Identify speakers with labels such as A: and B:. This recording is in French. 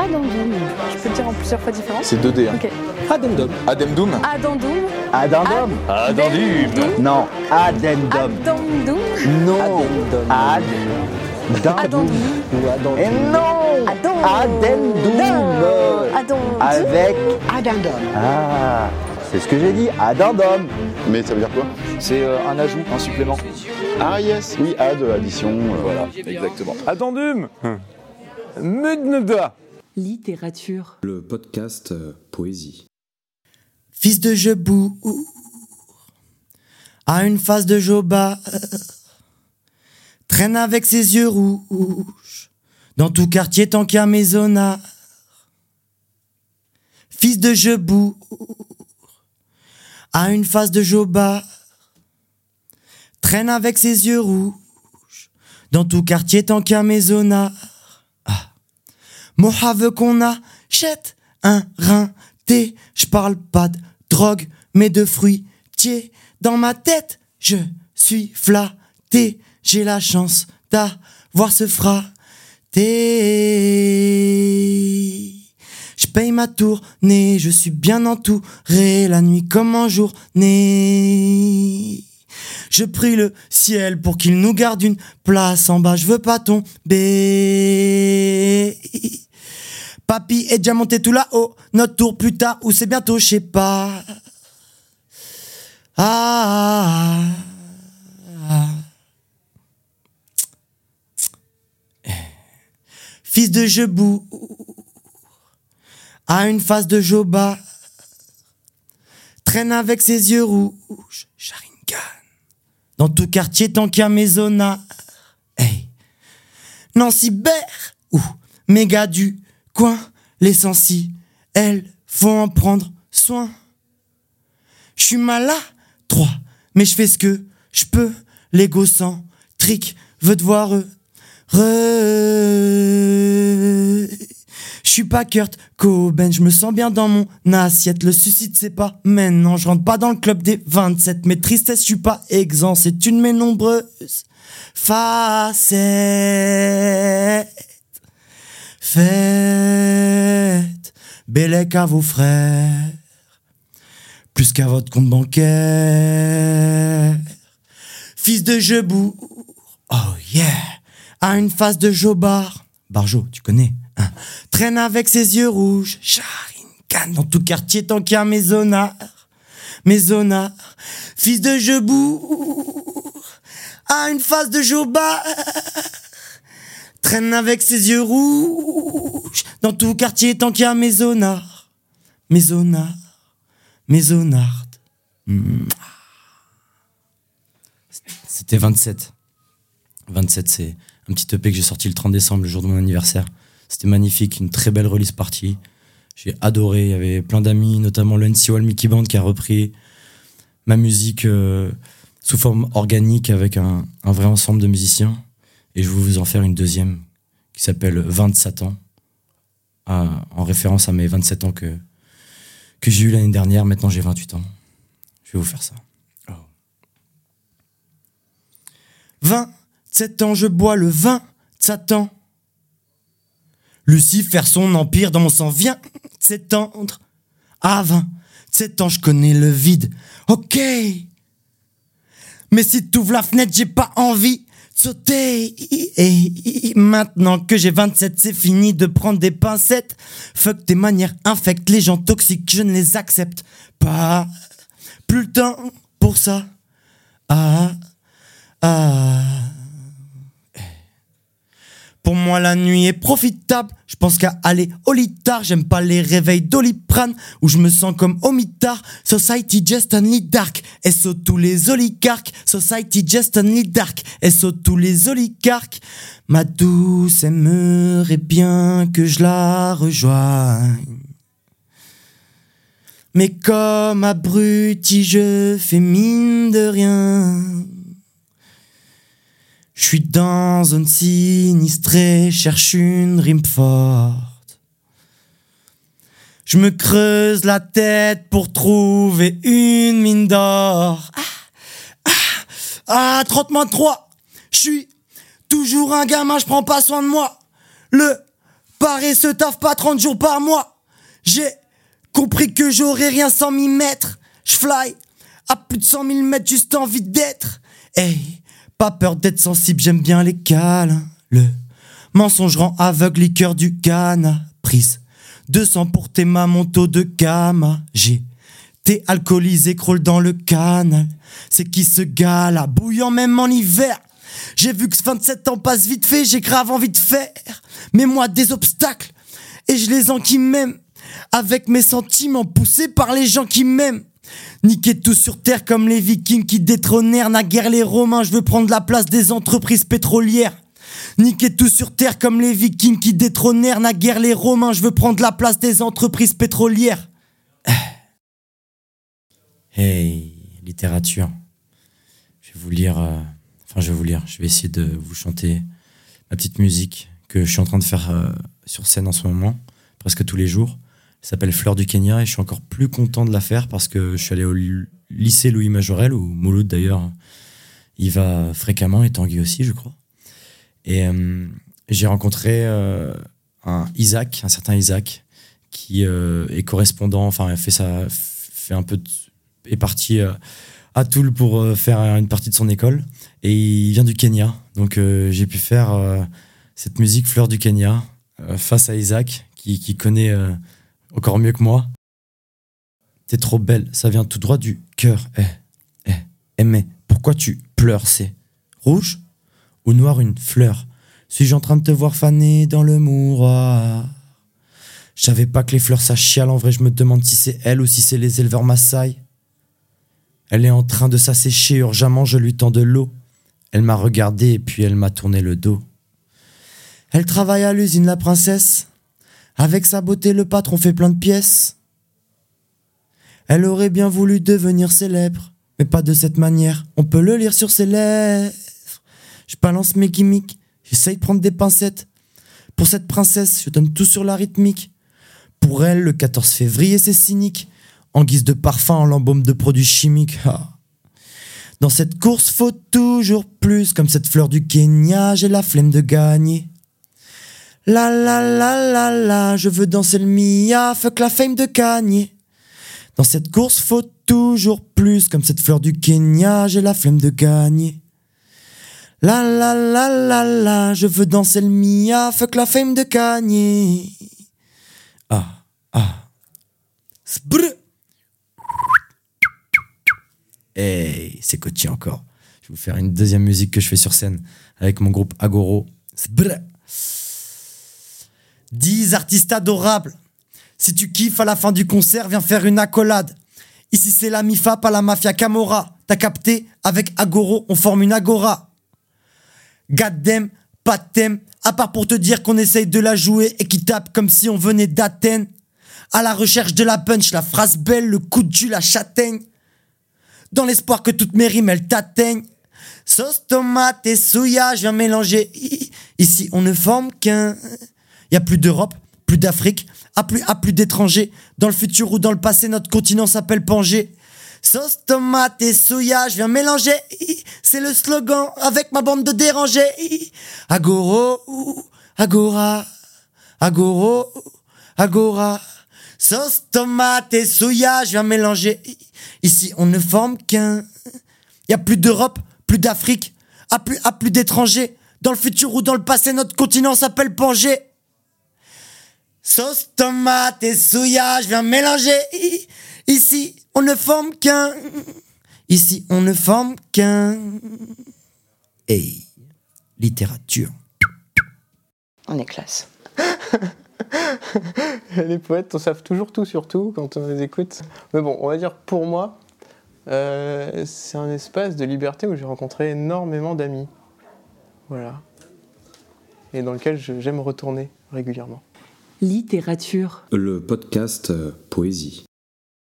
A: Addendum. Je peux le dire en plusieurs fois différentes.
B: C'est 2D. Hein.
A: Ok.
C: Addendum.
B: Addendum.
A: Addendum.
D: Addendum.
A: Addendum.
D: Non, addendum.
A: Addendum.
D: Non.
A: Addendum.
D: Et non. Addendum.
A: Addendum.
D: Avec
E: Addendum.
D: ah, c'est ce que j'ai dit, addendum.
F: Mais ça veut dire quoi?
B: C'est un ajout, un supplément.
F: Ah yes, oui, addition.
B: Voilà, exactement. Addendum. Mudneda.
G: Littérature.
C: Le podcast Poésie.
H: Fils de Jebour a une face de Joba, traîne avec ses yeux rouges dans tout quartier tant qu'il y a maisonnard. Fils de Jebour a une face de Joba, traîne avec ses yeux rouges dans tout quartier tant qu'il y a maisonnard. Ah. Moha veut qu'on achète un rein thé, j'parle pas de drogue, mais de fruitier. Dans ma tête, je suis flatté, j'ai la chance d'avoir ce fraté. Je paye ma tournée, je suis bien entouré, la nuit comme en journée. Je prie le ciel pour qu'il nous garde une place en bas, je veux pas tomber. Papy est déjà monté tout là-haut, notre tour plus tard ou c'est bientôt, je sais pas. Ah, ah, ah. Fils de Jebour a une face de Joba, traîne avec ses yeux rouges, Sharingan, dans tout quartier tant qu'il y a maisonnard. Hey. Nancy Bert ou méga du coin, les sensibles faut en prendre soin. Je suis maladroit, mais je fais ce que je peux. L'égocentrique veut te voir heureux. Je suis pas Kurt Cobain, je me sens bien dans mon assiette. Le suicide c'est pas maintenant, je rentre pas dans le club des 27. Mais tristesse, je suis pas exempt, c'est une de mes nombreuses facettes. Faites bellec à vos frères, plus qu'à votre compte bancaire. Fils de Jebour, oh yeah, a une face de Jobard. Barjo, tu connais, hein. Traîne avec ses yeux rouges, Sharingan, dans tout quartier tant qu'il y a maisonnard. Maisonnard, fils de Jebour, a une face de Jobard. Traîne avec ses yeux rouges dans tout quartier tant qu'il y a maisonnard. Maisonnard, maisonnarde. C'était 27. 27, c'est un petit EP que j'ai sorti le 30 décembre, le jour de mon anniversaire. C'était magnifique, une très belle release party. J'ai adoré, il y avait plein d'amis, notamment le NC Wall Mickey Band qui a repris ma musique sous forme organique avec un vrai ensemble de musiciens. Et je vais vous en faire une deuxième qui s'appelle 27 ans, en référence à mes 27 ans que j'ai eu l'année dernière. Maintenant, j'ai 28 ans. Je vais vous faire ça. Oh. 27 ans, je bois le vin de Satan. Lucifer, son empire dans mon sang vient s'étendre. À 27 ans, je connais le vide. Ok. Mais si t'ouvres la fenêtre, j'ai pas envie sauter. Et maintenant que j'ai 27, c'est fini de prendre des pincettes. Fuck tes manières infectes, les gens toxiques, je ne les accepte pas. Plus le temps pour ça. Pour moi la nuit est profitable, je pense qu'à aller au lit tard. J'aime pas les réveils d'Oliprane où je me sens comme au mitard. Society just only dark, SO tous les oligarques. Society just only dark, SO tous les oligarques. Ma douce aimerait bien que je la rejoigne, mais comme abruti je fais mine de rien. Je suis dans zone sinistrée, cherche une rime forte. Je me creuse la tête pour trouver une mine d'or. 30-3, je suis toujours un gamin, je prends pas soin de moi. Le Paresseux, taffe pas 30 jours par mois. J'ai compris que j'aurais rien sans m'y mettre. J'fly à plus de 100 000 mètres, juste envie d'être. Hey, pas peur d'être sensible, j'aime bien les câlins. Le mensonge rend aveugle, liqueur du Ghana. Prise 200 pour tes mon taux de gamma. T'es alcoolisé, crawl dans le canal. C'est qui ce gars-là, bouillant même en hiver. J'ai vu que 27 ans passent vite fait, j'ai grave envie de faire. Mais moi des obstacles, et je les en qui m'aiment. Avec mes sentiments poussés par les gens qui m'aiment. Niquer tout sur terre comme les vikings qui détrônèrent naguère les Romains. Je veux prendre la place des entreprises pétrolières. Niquer tout sur terre comme les vikings qui détrônèrent naguère les Romains. Je veux prendre la place des entreprises pétrolières. Hey, littérature. Je vais essayer de vous chanter ma petite musique que je suis en train de faire sur scène en ce moment, presque tous les jours. Elle s'appelle Fleur du Kenya et je suis encore plus content de la faire parce que je suis allé au lycée Louis Majorel, où Mouloud d'ailleurs, il va fréquemment, et Tanguy aussi, je crois. Et j'ai rencontré un certain Isaac, qui est correspondant, enfin est parti à Toul pour faire une partie de son école, et il vient du Kenya. Donc j'ai pu faire cette musique Fleur du Kenya face à Isaac, qui connaît encore mieux que moi. T'es trop belle, ça vient tout droit du cœur. Mais pourquoi tu pleures? C'est rouge ou noir une fleur? Suis-je en train de te voir faner dans le mouroir? Je savais pas que les fleurs ça chiale. En vrai, je me demande si c'est elle ou si c'est les éleveurs Maasai. Elle est en train de s'assécher urgemment, je lui tends de l'eau. Elle m'a regardé et puis elle m'a tourné le dos. Elle travaille à l'usine, la princesse. Avec sa beauté, le patron fait plein de pièces. Elle aurait bien voulu devenir célèbre, mais pas de cette manière. On peut le lire sur ses lèvres. Je balance mes gimmicks, j'essaye de prendre des pincettes. Pour cette princesse, je donne tout sur la rythmique. Pour elle, le 14 février, c'est cynique. En guise de parfum, en l'embaume de produits chimiques. Dans cette course, faut toujours plus. Comme cette fleur du Kenya, j'ai la flemme de gagner. La la la la la, je veux danser le Mia, fuck la fame de Kanye. Dans cette course, faut toujours plus. Comme cette fleur du Kenya, j'ai la flemme de gagner. La la la la la, je veux danser le Mia, fuck la fame de Kanye. Sbrr. Hey, c'est Kochi encore. Je vais vous faire une deuxième musique que je fais sur scène avec mon groupe Agoro. Sbrr. 10 artistes adorables. Si tu kiffes à la fin du concert, viens faire une accolade. Ici c'est la MIFA, pas la mafia Camorra. T'as capté? Avec Agoro, on forme une agora. Goddamn, pas de thème, à part pour te dire qu'on essaye de la jouer et qui tape comme si on venait d'Athènes. À la recherche de la punch, la phrase belle, le coup de jus, la châtaigne. Dans l'espoir que toutes mes rimes elles t'atteignent. Sauce, tomate et souillage, viens mélanger. Ici on ne forme qu'un. Y a plus d'Europe, plus d'Afrique, à plus d'étrangers. Dans le futur ou dans le passé, notre continent s'appelle Pangée. Sauce, tomate et souillage, viens mélanger. C'est le slogan avec ma bande de dérangés. Agoro, agora, agoro, agora. Sauce, tomate et souillage, viens mélanger. Ici, on ne forme qu'un. Y a plus d'Europe, plus d'Afrique, à plus d'étrangers. Dans le futur ou dans le passé, notre continent s'appelle Pangée. Sauce, tomate et souillage, viens mélanger. Ici, on ne forme qu'un. Ici, on ne forme qu'un. Hey, littérature.
A: On est classe.
E: Les poètes, on savent toujours tout sur tout quand on les écoute. Mais bon, on va dire pour moi, c'est un espace de liberté où j'ai rencontré énormément d'amis. Voilà. Et dans lequel j'aime retourner régulièrement.
A: Littérature.
C: Le podcast Poésie.